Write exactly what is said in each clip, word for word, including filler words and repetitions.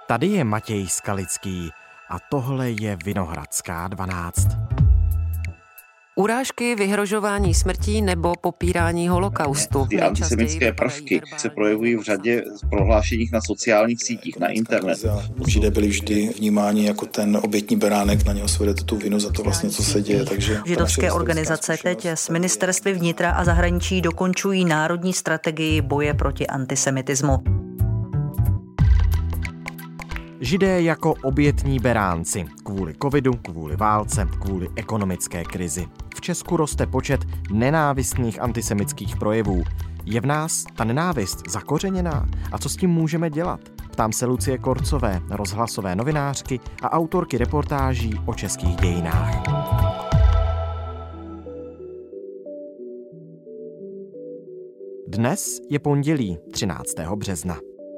Tady je Matěj Skalický a tohle je Vinohradská dvanáct. Urážky, vyhrožování smrtí nebo popírání holokaustu. Ty antisemitské prvky se projevují v řadě prohlášeních na sociálních sítích, na internetu. Židé byli vždy vnímáni jako ten obětní beránek, na něho svedete tu vinu za to vlastně, co se děje. Takže židovské organizace teď s ministerstvy vnitra a zahraničí dokončují národní strategii boje proti antisemitismu. Židé jako obětní beránci. Kvůli covidu, kvůli válce, kvůli ekonomické krizi. V Česku roste počet nenávistných antisemitských projevů. Je v nás ta nenávist zakořeněná? A co s tím můžeme dělat? Ptám se Lucie Korcové, rozhlasové novinářky a autorky reportáží o českých dějinách. Dnes je pondělí třináctého března.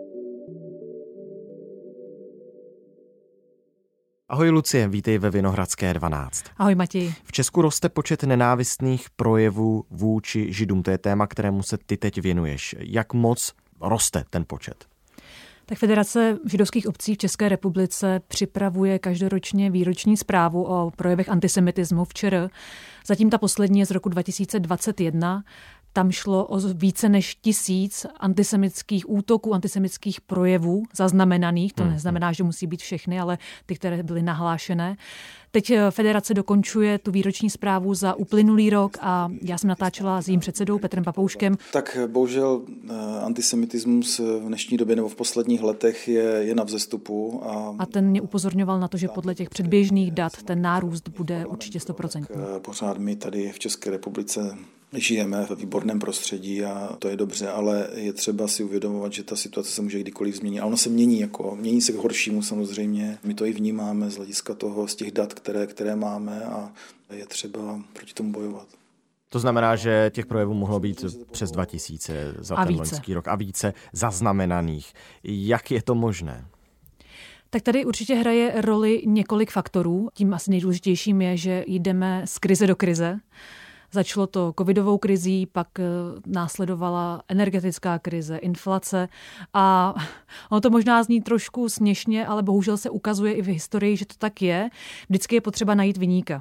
Ahoj Lucie, vítej ve Vinohradské dvanáct. Ahoj Matěj. V Česku roste počet nenávistných projevů vůči Židům. To je téma, kterému se ty teď věnuješ. Jak moc roste ten počet? Tak Federace židovských obcí v České republice připravuje každoročně výroční zprávu o projevech antisemitismu v ČR. Zatím ta poslední je z roku dva tisíce dvacet jedna. Tam šlo o více než tisíc antisemitských útoků, antisemitských projevů zaznamenaných. To neznamená, že musí být všechny, ale ty, které byly nahlášené. Teď Federace dokončuje tu výroční zprávu za uplynulý rok a já jsem natáčela s jejím předsedou Petrem Papouškem. Tak bohužel antisemitismus v dnešní době nebo v posledních letech je, je na vzestupu. A, a ten mě upozorňoval na to, že podle těch předběžných dat ten nárůst bude určitě sto procent. Pořád my tady v České republice žijeme ve výborném prostředí a to je dobře, ale je třeba si uvědomovat, že ta situace se může kdykoliv změnit. A ono se mění, jako mění se k horšímu samozřejmě. My to i vnímáme z hlediska toho, z těch dat, které, které máme a je třeba proti tomu bojovat. To znamená, že těch projevů mohlo být přes dva tisíce za a ten více. loňský rok a více zaznamenaných. Jak je to možné? Tak tady určitě hraje roli několik faktorů. Tím asi nejdůležitějším je, že jdeme z krize do krize. Začalo to covidovou krizí, pak následovala energetická krize, inflace a ono to možná zní trošku směšně, ale bohužel se ukazuje i v historii, že to tak je. Vždycky je potřeba najít viníka.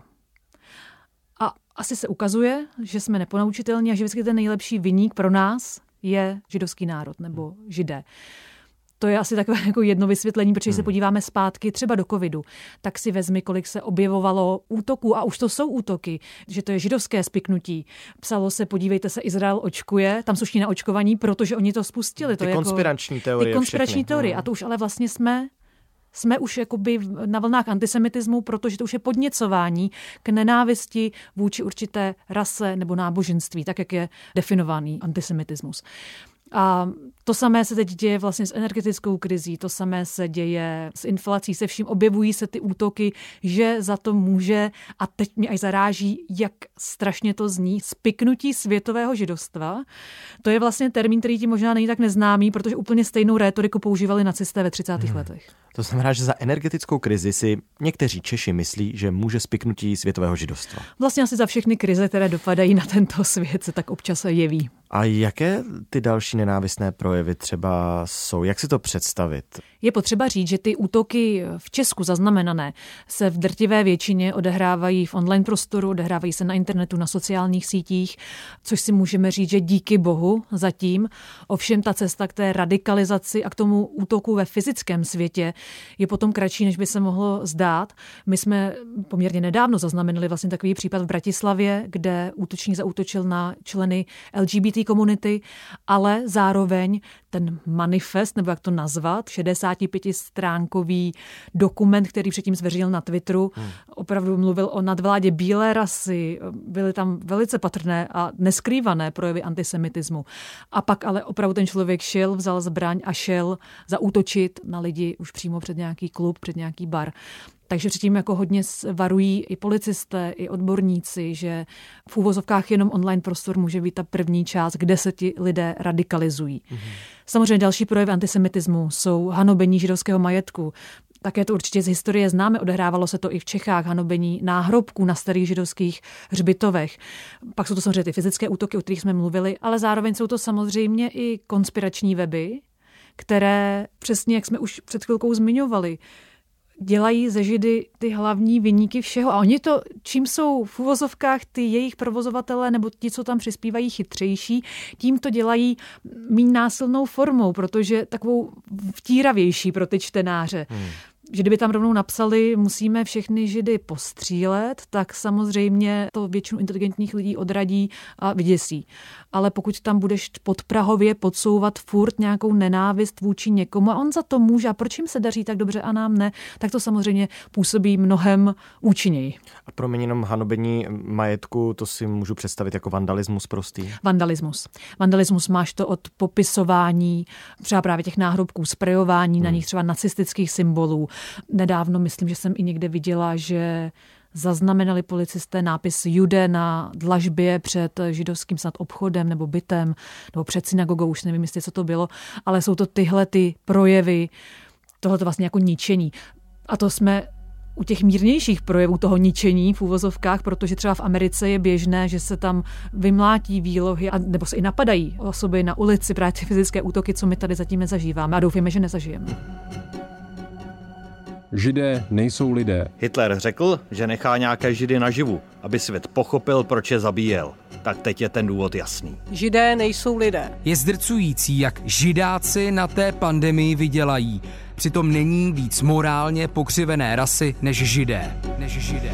A asi se ukazuje, že jsme neponaučitelní a že vždycky ten nejlepší viník pro nás je židovský národ nebo Židé. To je asi takové jako jedno vysvětlení, protože hmm. se podíváme zpátky třeba do covidu, tak si vezmi, kolik se objevovalo útoků a už to jsou útoky, že to je židovské spiknutí. Psalo se, podívejte se, Izrael očkuje, tam jsou všichni na očkovaní, protože oni to spustili. To ty je konspirační jako, teorie. Ty konspirační všechny. teorie. A to už ale vlastně jsme... Jsme už jakoby na vlnách antisemitismu, protože to už je podněcování k nenávisti vůči určité rase nebo náboženství, tak jak je definovaný antisemitismus. A to samé se teď děje vlastně s energetickou krizí, to samé se děje s inflací, se vším objevují se ty útoky, že za to může, a teď mě až zaráží, jak strašně to zní, spiknutí světového židovstva. To je vlastně termín, který ti možná není tak neznámý, protože úplně stejnou rétoriku používali nacisté ve třicátých Hmm. letech. To znamená, že za energetickou krizi si někteří Češi myslí, že může spiknutí světového židovstva. Vlastně asi za všechny krize, které dopadají na tento svět, se tak občas jeví. A jaké ty další nenávistné projevy třeba jsou? Jak si to představit? Je potřeba říct, že ty útoky v Česku zaznamenané se v drtivé většině odehrávají v online prostoru, odehrávají se na internetu, na sociálních sítích, což si můžeme říct, že díky bohu zatím. Ovšem ta cesta k té radikalizaci a k tomu útoku ve fyzickém světě je potom kratší, než by se mohlo zdát. My jsme poměrně nedávno zaznamenali vlastně takový případ v Bratislavě, kde útočník zaútočil na členy L G B T komunity, ale zároveň ten manifest, nebo jak to nazvat, šedesátipětistránkový dokument, který předtím zveřejnil na Twitteru, hmm. opravdu mluvil o nadvládě bílé rasy, byly tam velice patrné a neskrývané projevy antisemitismu. A pak ale opravdu ten člověk šel, vzal zbraň a šel zaútočit na lidi už přímo před nějaký klub, před nějaký bar. Takže předtím jako hodně varují i policisté, i odborníci, že v úvozovkách jenom online prostor může být ta první část, kde se ti lidé radikalizují. Mm-hmm. Samozřejmě další projevy antisemitismu jsou hanobení židovského majetku. Také to určitě z historie známe, odehrávalo se to i v Čechách, hanobení náhrobků na starých židovských hřbitovech. Pak jsou to samozřejmě ty fyzické útoky, o kterých jsme mluvili, ale zároveň jsou to samozřejmě i konspirační weby, které přesně, jak jsme už před chvilkou zmiňovali, dělají ze Židy ty hlavní viníky všeho. A oni to, čím jsou v uvozovkách ty jejich provozovatelé nebo ti, co tam přispívají, chytřejší, tím to dělají méně násilnou formou, protože takovou vtíravější pro ty čtenáře. Hmm. Že kdyby tam rovnou napsali, musíme všechny Židy postřílet, tak samozřejmě to většinu inteligentních lidí odradí a vyděsí. Ale pokud tam budeš podprahově podsouvat furt nějakou nenávist vůči někomu a on za to může, a proč jim se daří tak dobře a nám ne, tak to samozřejmě působí mnohem účinněji. A promiň, jenom hanobení majetku, to si můžu představit jako vandalismus prostý? Vandalismus. Vandalismus máš to od popisování, třeba právě těch náhrobků, sprejování hmm. na nich třeba nacistických symbolů. Nedávno myslím, že jsem i někde viděla, že zaznamenali policisté nápis Jude na dlažbě před židovským snad obchodem nebo bytem, nebo před synagogou, už nevím, jestli co to bylo, ale jsou to tyhle ty projevy, tohleto vlastně jako ničení. A to jsme u těch mírnějších projevů toho ničení v úvozovkách, protože třeba v Americe je běžné, že se tam vymlátí výlohy a, nebo se i napadají osoby na ulici, právě ty fyzické útoky, co my tady zatím nezažíváme a doufáme, že nezažijeme. Židé nejsou lidé. Hitler řekl, že nechá nějaké Židy naživu, aby svět pochopil, proč je zabíjel. Tak teď je ten důvod jasný. Židé nejsou lidé. Je zdrcující, jak židáci na té pandemii vydělají. Přitom není víc morálně pokřivené rasy než židé. Než židé.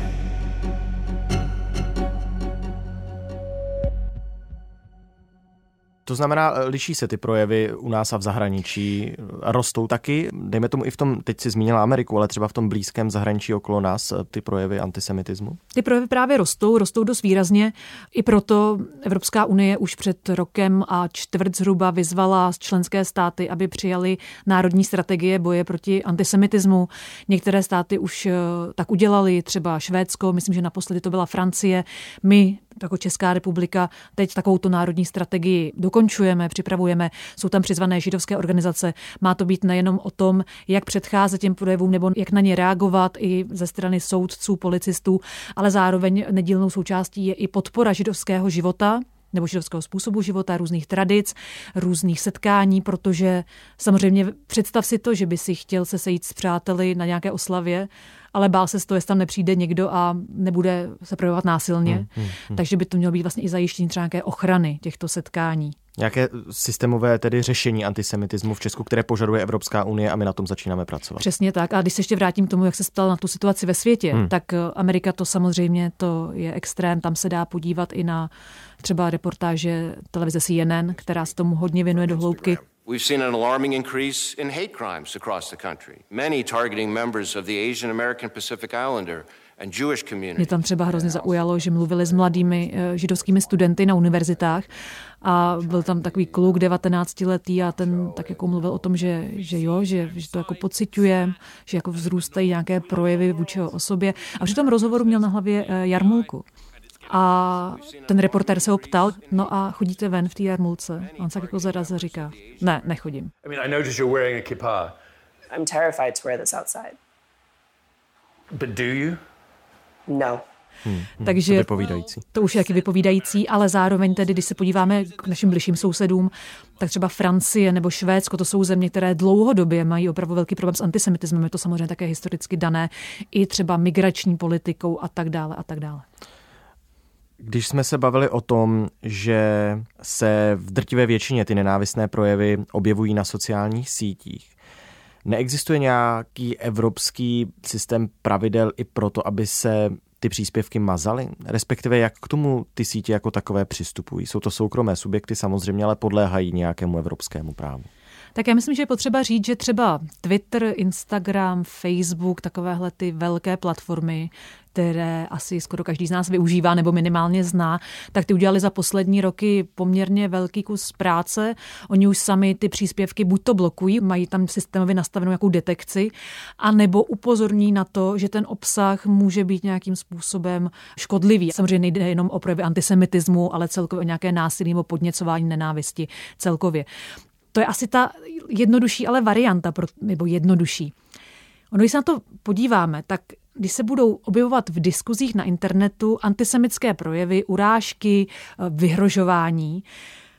To znamená, liší se ty projevy u nás a v zahraničí, rostou taky, dejme tomu i v tom, teď si zmínila Ameriku, ale třeba v tom blízkém zahraničí okolo nás ty projevy antisemitismu? Ty projevy právě rostou, rostou dost výrazně. I proto Evropská unie už před rokem a čtvrt zhruba vyzvala členské státy, aby přijali národní strategie boje proti antisemitismu. Některé státy už tak udělali, třeba Švédsko, myslím, že naposledy to byla Francie. My jako Česká republika teď takovouto národní strategii dokončujeme, připravujeme. Jsou tam přizvané židovské organizace. Má to být nejenom o tom, jak předcházet těm projevům nebo jak na ně reagovat i ze strany soudců, policistů, ale zároveň nedílnou součástí je i podpora židovského života nebo židovského způsobu života, různých tradic, různých setkání, protože samozřejmě představ si to, že by si chtěl se sejít s přáteli na nějaké oslavě, ale bál se z toho, jestli tam nepřijde někdo a nebude se projevovat násilně. Hmm, hmm, hmm. Takže by to mělo být vlastně i zajištění třeba nějaké ochrany těchto setkání. Nějaké systémové tedy řešení antisemitismu v Česku, které požaduje Evropská unie a my na tom začínáme pracovat. Přesně tak. A když se ještě vrátím k tomu, jak se ptal na tu situaci ve světě, hmm. tak Amerika to samozřejmě to je extrém. Tam se dá podívat i na třeba reportáže televize C N N, která se tomu hodně věnuje do hloubky. We've seen an alarming increase in hate crimes across the country, many targeting members of the Asian American Pacific Islander and Jewish community. Mě tam třeba hrozně zaujalo, že mluvili s mladými židovskými studenty na univerzitách a byl tam takový kluk devatenáctiletý a ten tak jako mluvil o tom, že, že jo, že, že to jako pociťuje, že jako vzrůstají nějaké projevy vůči osobě. A při tom rozhovoru měl na hlavě jarmulku. A ten reportér se ho ptal, no a chodíte ven v té jarmulce? A on se jako zaraz říká, ne, nechodím. I mean, I notice you're wearing a kippah. I'm terrified to wear this outside. But do you? No. Hmm, Takže to, to už je taky vypovídající, ale zároveň tedy, když se podíváme k našim bližším sousedům, tak třeba Francie nebo Švédsko, to jsou země, které dlouhodobě mají opravdu velký problém s antisemitismem, je to samozřejmě také historicky dané, i třeba migrační politikou a tak dále a tak dále. Když jsme se bavili o tom, že se v drtivé většině ty nenávistné projevy objevují na sociálních sítích, neexistuje nějaký evropský systém pravidel i proto, aby se ty příspěvky mazaly? Respektive jak k tomu ty sítě jako takové přistupují? Jsou to soukromé subjekty samozřejmě, ale podléhají nějakému evropskému právu. Tak já myslím, že je potřeba říct, že třeba Twitter, Instagram, Facebook, takovéhle ty velké platformy, které asi skoro každý z nás využívá nebo minimálně zná, tak ty udělali za poslední roky poměrně velký kus práce. Oni už sami ty příspěvky buď to blokují, mají tam systémově nastavenou nějakou detekci, anebo upozorní na to, že ten obsah může být nějakým způsobem škodlivý. Samozřejmě nejde jenom o projevy antisemitismu, ale celkově o nějaké násilí nebo podněcování nenávisti celkově. To je asi ta jednodušší, ale varianta, nebo jednodušší. Ono, když se na to podíváme, tak když se budou objevovat v diskuzích na internetu antisemické projevy, urážky, vyhrožování,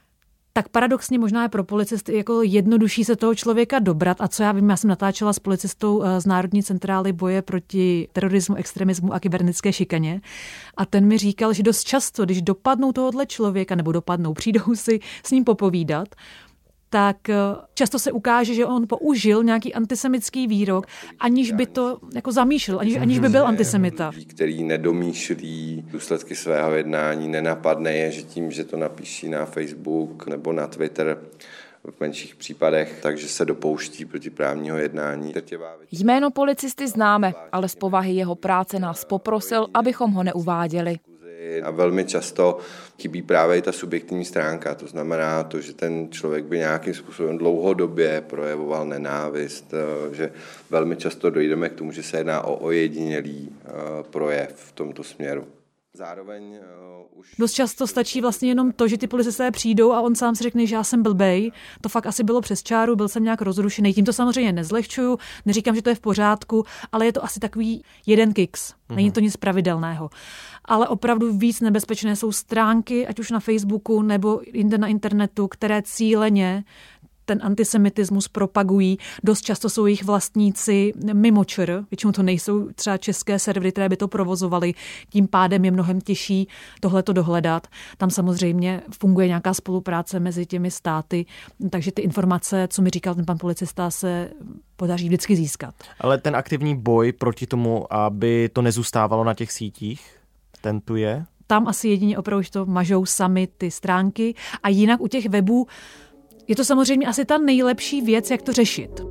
tak paradoxně možná je pro policisty jako jednodušší se toho člověka dobrat. A co já vím, já jsem natáčela s policistou z Národní centrály boje proti terorismu, extremismu a kybernetické šikaně. A ten mi říkal, že dost často, když dopadnou tohohle člověka, nebo dopadnou, přijdou si s ním popovídat, tak často se ukáže, že on použil nějaký antisemický výrok, aniž by to jako zamýšlel, aniž, aniž by byl antisemita. Který nedomýšlí důsledky svého jednání, nenapadne je, že tím, že to napíší na Facebook nebo na Twitter, v menších případech, takže se dopouští protiprávního jednání. Jméno policisty známe, ale z povahy jeho práce nás poprosil, abychom ho neuváděli. A velmi často chybí právě i ta subjektivní stránka, to znamená to, že ten člověk by nějakým způsobem dlouhodobě projevoval nenávist, že velmi často dojdeme k tomu, že se jedná o ojedinělý projev v tomto směru. Zároveň uh, už... Dost často stačí vlastně jenom to, že ty policisté přijdou a on sám si řekne, že já jsem blbej. To fakt asi bylo přes čáru, byl jsem nějak rozrušený. Tím to samozřejmě nezlehčuju, neříkám, že to je v pořádku, ale je to asi takový jeden kiks. Není to nic pravidelného. Ale opravdu víc nebezpečné jsou stránky, ať už na Facebooku nebo jinde na internetu, které cíleně ten antisemitismus propagují. Dost často jsou jejich vlastníci mimo ČR, většinou to nejsou třeba české servery, které by to provozovaly, tím pádem je mnohem těžší tohleto dohledat. Tam samozřejmě funguje nějaká spolupráce mezi těmi státy, takže ty informace, co mi říkal ten pan policista, se podaří vždycky získat. Ale ten aktivní boj proti tomu, aby to nezůstávalo na těch sítích, ten tu je? Tam asi jedině opravdu to mažou sami ty stránky a jinak u těch webů je to samozřejmě asi ta nejlepší věc, jak to řešit.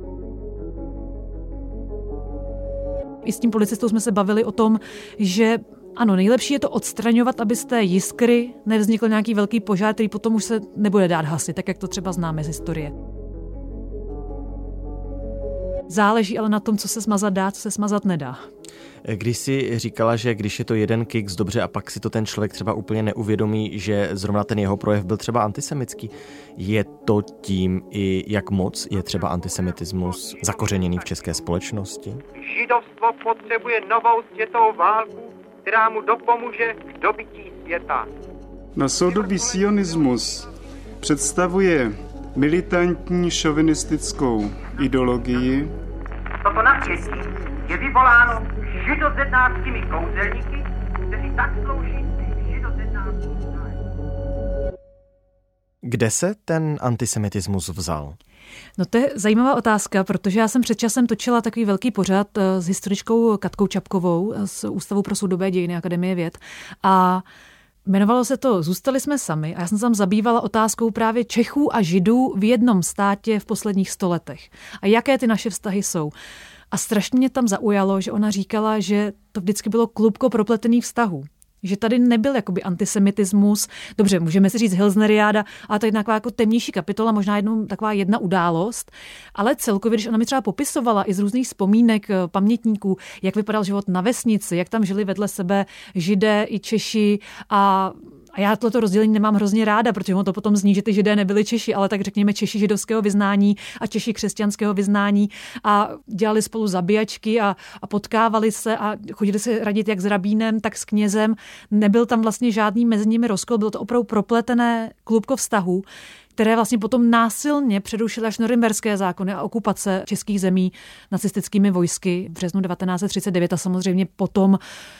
I s tím policistou jsme se bavili o tom, že ano, nejlepší je to odstraňovat, aby z té jiskry nevznikl nějaký velký požár, který potom už se nebude dát hasit, tak jak to třeba známe z historie. Záleží ale na tom, co se smazat dá, co se smazat nedá. Když jsi říkala, že když je to jeden kiks, dobře, a pak si to ten člověk třeba úplně neuvědomí, že zrovna ten jeho projev byl třeba antisemický, je to tím i jak moc je třeba antisemitismus zakořeněný v české společnosti? Židovstvo potřebuje novou světovou válku, která mu dopomůže k dobytí světa. Na soudobý sionismus představuje militantní šovinistickou ideologii. Toto napětí je vyvoláno židozednáckými kouzelníky, kteří tak slouží židozednáckým zájmům. Kde se ten antisemitismus vzal? No to je zajímavá otázka, protože já jsem před časem točila takový velký pořad s historičkou Katkou Čapkovou z Ústavu pro soudobé dějiny Akademie věd a jmenovalo se to Zůstali jsme sami a já jsem se tam zabývala otázkou právě Čechů a Židů v jednom státě v posledních sto letech. A jaké ty naše vztahy jsou. A strašně mě tam zaujalo, že ona říkala, že to vždycky bylo klubko propletených vztahů. Že tady nebyl jakoby antisemitismus. Dobře, můžeme si říct Hilsneriáda, ale to je taková jako temnější kapitola, možná jednou taková jedna událost. Ale celkově, když ona mi třeba popisovala i z různých vzpomínek pamětníků, jak vypadal život na vesnici, jak tam žili vedle sebe Židé i Češi a A já tohleto rozdělení nemám hrozně ráda, protože ono to potom zní, že ty Židé nebyli Češi, ale tak řekněme Češi židovského vyznání a Češi křesťanského vyznání a dělali spolu zabíjačky a, a potkávali se a chodili se radit jak s rabínem, tak s knězem. Nebyl tam vlastně žádný mezi nimi rozkol, bylo to opravdu propletené klubko vztahů, které vlastně potom násilně přerušily až norimberské zákony a okupace českých zemí nacistickými vojsky v březnu devatenáct set třicet devět a samozřejmě potom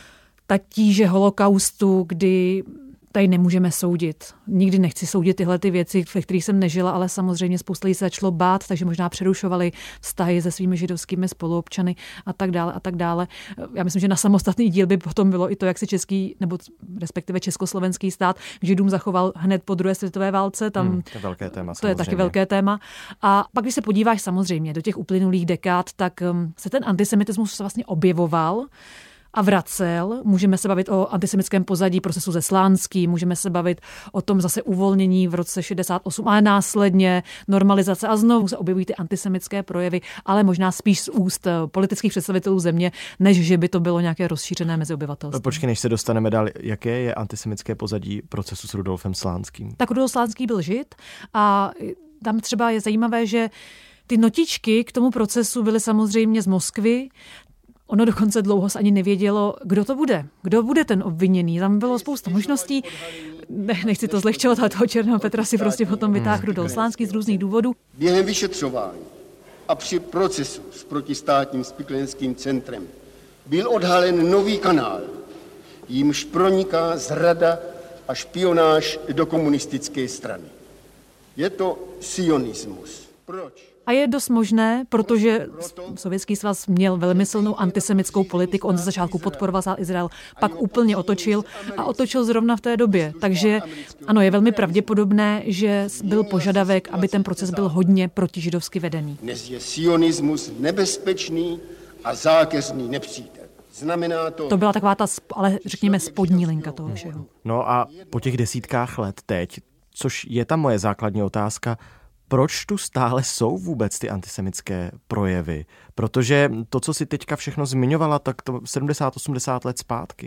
ta tíže holokaustu, kdy tady nemůžeme soudit. Nikdy nechci soudit tyhle ty věci, ve kterých jsem nežila, ale samozřejmě spousta lidí se začalo bát, takže možná přerušovali vztahy se svými židovskými spoluobčany a tak dále a tak dále. Já myslím, že na samostatný díl by potom bylo i to, jak se český, nebo respektive československý stát k Židům zachoval hned po druhé světové válce. Tam, hmm, to je velké téma. To je taky velké téma. A pak, když se podíváš samozřejmě do těch uplynulých dekád, tak se ten antisemitismus vlastně objevoval a vracel. Můžeme se bavit o antisemickém pozadí procesu ze Slánský, můžeme se bavit o tom zase uvolnění v roce šedesát osm, ale následně normalizace a znovu se objevují ty antisemické projevy, ale možná spíš z úst politických představitelů země, než že by to bylo nějaké rozšířené mezi obyvatelstvem. Počkej, než se dostaneme dál, jaké je antisemické pozadí procesu s Rudolfem Slánským? Tak Rudolf Slánský byl Žid a tam třeba je zajímavé, že ty notičky k tomu procesu byly samozřejmě z Moskvy. Ono dokonce dlouho se ani nevědělo, kdo to bude. Kdo bude ten obviněný. Tam bylo spousta možností. ne, nechci to zlehčovat, ale toho Černého Petra si prostě potom vytáhl Rudolf Slánský z různých důvodů. Během vyšetřování a při procesu s protistátním spiklenským centrem byl odhalen nový kanál, jímž proniká zrada a špionáž do komunistické strany. Je to sionismus. Proč? A je dost možné, protože Sovětský svaz měl velmi silnou antisemitskou politiku, on ze začátku podporoval Izrael, pak úplně otočil a otočil zrovna v té době. Takže ano, je velmi pravděpodobné, že byl požadavek, aby ten proces byl hodně protižidovsky vedený. Dnes je sionismus nebezpečný a zákeřný nepřítel. Znamená to... To byla taková ta, ale řekněme, spodní linka toho všeho. No a po těch desítkách let teď, což je ta moje základní otázka, proč tu stále jsou vůbec ty antisemitské projevy? Protože to, co si teďka všechno zmiňovala, tak to sedmdesát osmdesát let zpátky.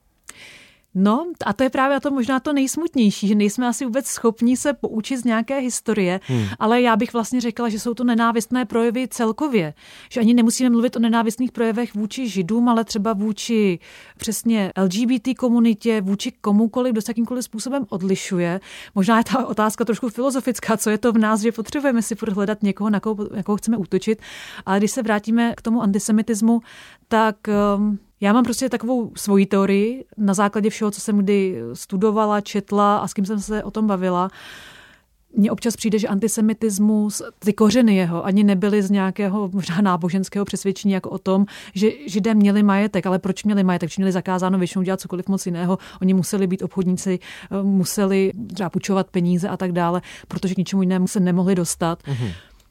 No a to je právě to možná to nejsmutnější, že nejsme asi vůbec schopni se poučit z nějaké historie, hmm. ale já bych vlastně řekla, že jsou to nenávistné projevy celkově. Že ani nemusíme mluvit o nenávistných projevech vůči Židům, ale třeba vůči přesně L G B T komunitě, vůči komukoliv, kdo se jakýmkoliv způsobem odlišuje. Možná je ta otázka trošku filozofická, co je to v nás, že potřebujeme si furt hledat někoho, na koho, na koho chceme útočit. Ale když se vrátíme k tomu antisemitismu, tak... Um, Já mám prostě takovou svoji teorii na základě všeho, co jsem kdy studovala, četla a s kým jsem se o tom bavila. Mně občas přijde, že antisemitismus, ty kořeny jeho ani nebyly z nějakého možná náboženského přesvědčení jako o tom, že Židé měli majetek, ale proč měli majetek? Protože měli zakázáno většinou dělat cokoliv moc jiného. Oni museli být obchodníci, museli třeba půjčovat peníze a tak dále, protože k ničemu jinému se nemohli dostat. Mhm.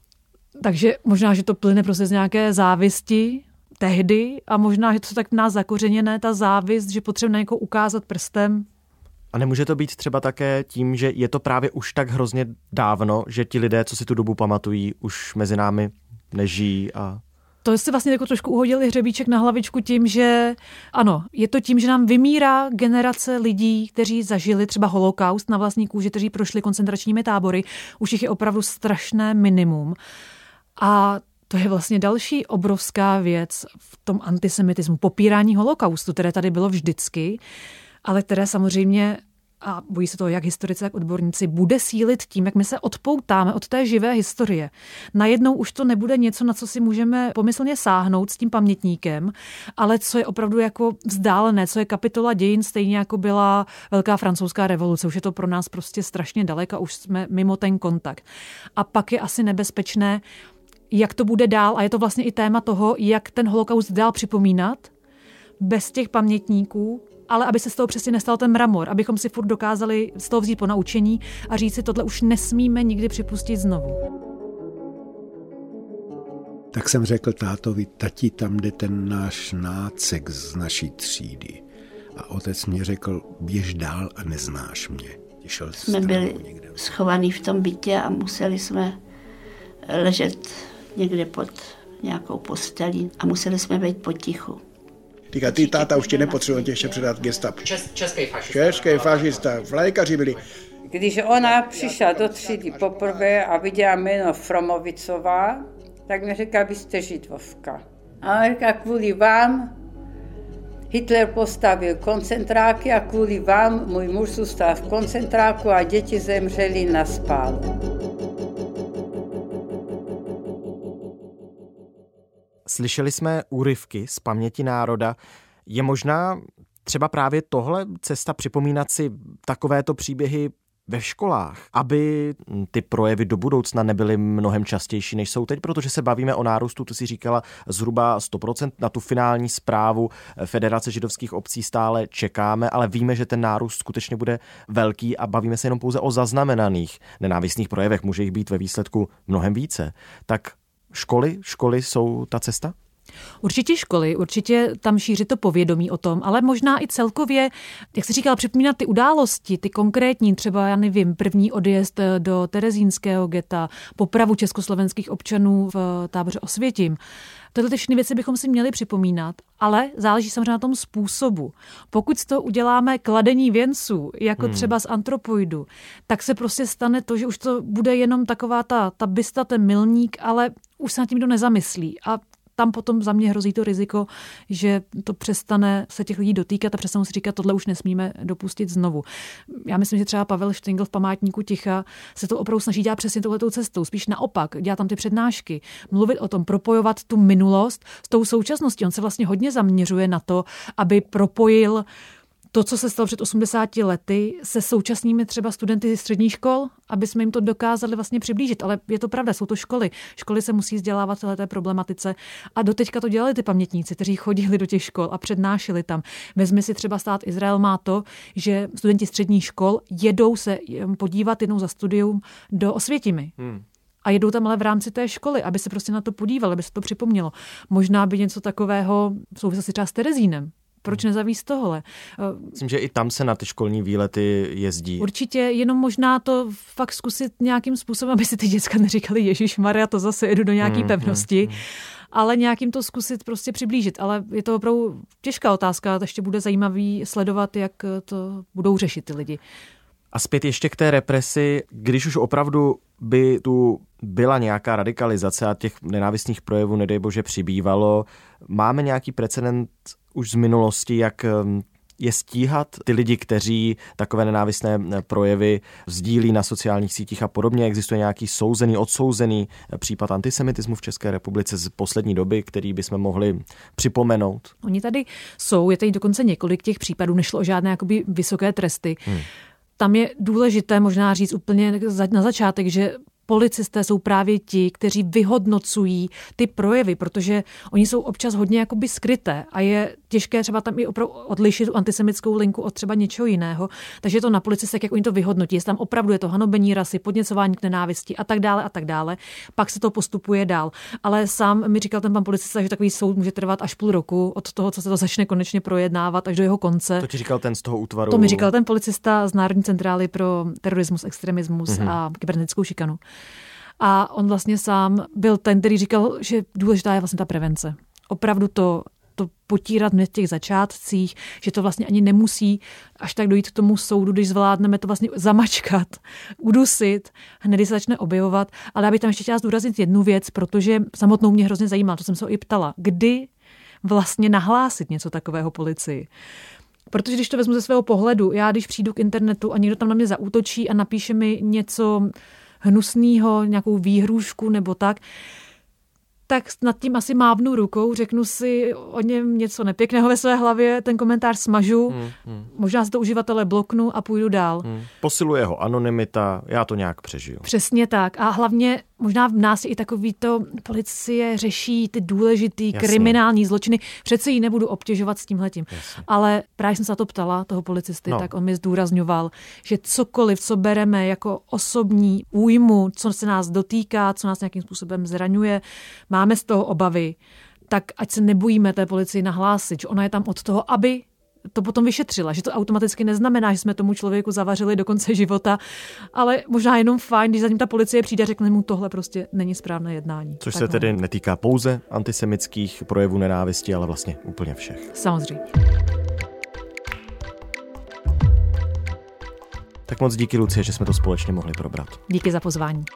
Takže možná, že to plyne prostě z nějaké závisti tehdy a možná, že to tak v nás zakořeněné, ta závist, že potřebujeme někoho ukázat prstem. A nemůže to být třeba také tím, že je to právě už tak hrozně dávno, že ti lidé, co si tu dobu pamatují, už mezi námi nežijí a... To si vlastně jako trošku uhodili hřebíček na hlavičku tím, že ano, je to tím, že nám vymírá generace lidí, kteří zažili třeba holokaust na vlastní kůži, kteří prošli koncentračními tábory. Už jich je opravdu strašné minimum. A to je vlastně další obrovská věc v tom antisemitismu, popírání holokaustu, které tady bylo vždycky, ale které samozřejmě, a bojí se toho jak historici, tak odborníci, bude sílit tím, jak my se odpoutáme od té živé historie. Najednou už to nebude něco, na co si můžeme pomyslně sáhnout s tím pamětníkem, ale co je opravdu jako vzdálené, co je kapitola dějin, stejně jako byla Velká francouzská revoluce. Už je to pro nás prostě strašně daleko, už jsme mimo ten kontakt. A pak je asi nebezpečné, jak to bude dál, a je to vlastně i téma toho, jak ten holokaust dál připomínat, bez těch pamětníků, ale aby se z toho přesně nestal ten mramor, abychom si furt dokázali z toho vzít ponaučení a říct si, tohle už nesmíme nikdy připustit znovu. Tak jsem řekl tátovi, tati, tam jde ten náš nácek z naší třídy. A otec mě řekl, běž dál a neznáš mě. Šel jsme byli schovaní v tom bytě a museli jsme ležet někde pod nějakou postelí a museli jsme být potichu. Říká, ty táta už tě nepotřebuje, tě ještě předat gestapu. Čes, český fašista. Český fašista, vlajkaři byli. Když ona přišla do třídy poprvé a viděla jméno Fromovicová, tak mi říká, vy jste Židovka. A ona říká, kvůli vám Hitler postavil koncentráky a kvůli vám můj muž zůstal v koncentráku a děti zemřeli na spálu. Slyšeli jsme úryvky z paměti národa. Je možná třeba právě tohle cesta připomínat si takovéto příběhy ve školách, aby ty projevy do budoucna nebyly mnohem častější, než jsou teď, protože se bavíme o nárůstu, ty si říkala, zhruba sto procent. Na tu finální zprávu Federace židovských obcí stále čekáme, ale víme, že ten nárůst skutečně bude velký a bavíme se jenom pouze o zaznamenaných nenávistných projevech. Může jich být ve výsledku mnohem více. Tak školy, školy jsou ta cesta? Určitě školy, určitě tam šířit to povědomí o tom, ale možná i celkově, jak jsi říkal, připomínat ty události, ty konkrétní, třeba, já nevím, první odjezd do terezínského geta, popravu československých občanů v táboře Osvětim. Tyhle všechny věci bychom si měli připomínat, ale záleží samozřejmě na tom způsobu. Pokud z toho uděláme kladení věnců, jako hmm. třeba z antropoidu, tak se prostě stane to, že už to bude jenom taková ta, ta bysta, ten milník, ale už se nad tím nikdo nezamyslí. A tam potom za mě hrozí to riziko, že to přestane se těch lidí dotýkat a přestanou si říkat, tohle už nesmíme dopustit znovu. Já myslím, že třeba Pavel Štingl v Památníku ticha se to opravdu snaží dělat přesně touhletou cestou, spíš naopak, dělat tam ty přednášky, mluvit o tom, propojovat tu minulost s tou současností. On se vlastně hodně zaměřuje na to, aby propojil to, co se stalo před osmdesáti lety, se současnými třeba studenty středních škol, aby jsme jim to dokázali vlastně přiblížit. Ale je to pravda, jsou to školy. Školy se musí vzdělávat celé té problematice. A doteďka to dělali ty pamětníci, kteří chodili do těch škol a přednášeli tam. Vezmi si třeba stát Izrael má to, že studenti středních škol jedou se podívat jednou za studium do Osvětimi. Hmm. A jedou tam ale v rámci té školy, aby se prostě na to podívali, aby se to připomnělo. Možná by něco takového v souvislosti třeba s Terezínem. Proč nezavíst tohle? Myslím, že i tam se na ty školní výlety jezdí. Určitě, jenom možná to fakt zkusit nějakým způsobem, aby si ty děcka neříkali Ježišmarja, to zase jedu do nějaký hmm, pevnosti, hmm, ale nějakým to zkusit prostě přiblížit. Ale je to opravdu těžká otázka, to ještě bude zajímavý sledovat, jak to budou řešit ty lidi. A zpět ještě k té represi, když už opravdu by tu byla nějaká radikalizace a těch nenávistných projevů, nedej bože, přibývalo, máme nějaký precedent už z minulosti, jak je stíhat ty lidi, kteří takové nenávistné projevy sdílí na sociálních sítích a podobně. Existuje nějaký souzený, odsouzený případ antisemitismu v České republice z poslední doby, který bychom mohli připomenout? Oni tady jsou, je tady dokonce několik těch případů, nešlo o žádné jakoby vysoké tresty. Hmm. Tam je důležité možná říct úplně na začátek, že policisté jsou právě ti, kteří vyhodnocují ty projevy, protože oni jsou občas hodně jakoby skryté a je těžké třeba tam i opravdu odlišit tu antisemitskou linku od třeba něčeho jiného. Takže je to na policistech, jak oni to vyhodnotí. Jestli tam opravdu je to hanobení rasy, podněcování k nenávisti a tak dále a tak dále. Pak se to postupuje dál. Ale sám mi říkal ten pan policista, že takový soud může trvat až půl roku od toho, co se to začne konečně projednávat, až do jeho konce. To ti říkal ten z toho útvaru? To mi říkal ten policista z Národní centrály pro terorismus, extremismus mm-hmm. a kybernetickou šikanu. A on vlastně sám byl ten, který říkal, že důležitá je vlastně ta prevence. Opravdu to, to potírat v těch začátcích, že to vlastně ani nemusí až tak dojít k tomu soudu, když zvládneme to vlastně zamačkat, udusit, hned se začne objevovat. Ale já bych tam ještě chtěla zdůraznit jednu věc, protože samotnou mě hrozně zajímá, to jsem se ho i ptala, kdy vlastně nahlásit něco takového policii. Protože když to vezmu ze svého pohledu, já když přijdu k internetu a někdo tam na mě zaútočí a napíše mi něco hnusného, nějakou výhrůžku nebo tak, tak nad tím asi mávnu rukou, řeknu si o něm něco nepěkného ve své hlavě, ten komentář smažu, hmm, hmm. možná se to uživatele bloknu a půjdu dál. Hmm. Posiluje ho anonymita, já to nějak přežiju. Přesně tak. A hlavně možná v nás je i takový to, policie řeší ty důležitý Jasně. kriminální zločiny. Přece ji nebudu obtěžovat s tímhletím. Jasně. Ale právě jsem se na to ptala, toho policisty, no. tak on mi zdůrazňoval, že cokoliv, co bereme jako osobní újmu, co se nás dotýká, co nás nějakým způsobem zraňuje, máme z toho obavy, tak ať se nebojíme té policii nahlásit, že ona je tam od toho, aby to potom vyšetřila, že to automaticky neznamená, že jsme tomu člověku zavařili do konce života, ale možná jenom fajn, když za ním ta policie přijde a řekne mu, tohle prostě není správné jednání. Což tak se no. tedy netýká pouze antisemických projevů nenávisti, ale vlastně úplně všech. Samozřejmě. Tak moc díky, Lucie, že jsme to společně mohli probrat. Díky za pozvání.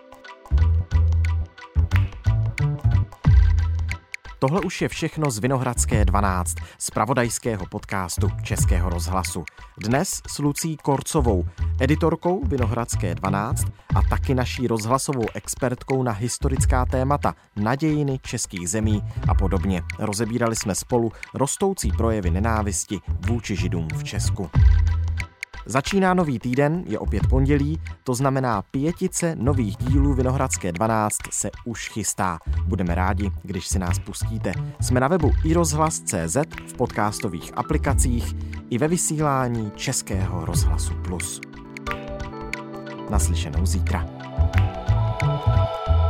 Tohle už je všechno z Vinohradské dvanáct, zpravodajského podcastu Českého rozhlasu. Dnes s Lucí Korcovou, editorkou Vinohradské dvanáct a taky naší rozhlasovou expertkou na historická témata, na dějiny českých zemí a podobně. Rozebírali jsme spolu rostoucí projevy nenávisti vůči Židům v Česku. Začíná nový týden, je opět pondělí, to znamená pětice nových dílů Vinohradské dvanáct se už chystá. Budeme rádi, když si nás pustíte. Jsme na webu i rozhlas tečka cé zet, v podcastových aplikacích i ve vysílání Českého rozhlasu Plus. Naslyšenou zítra.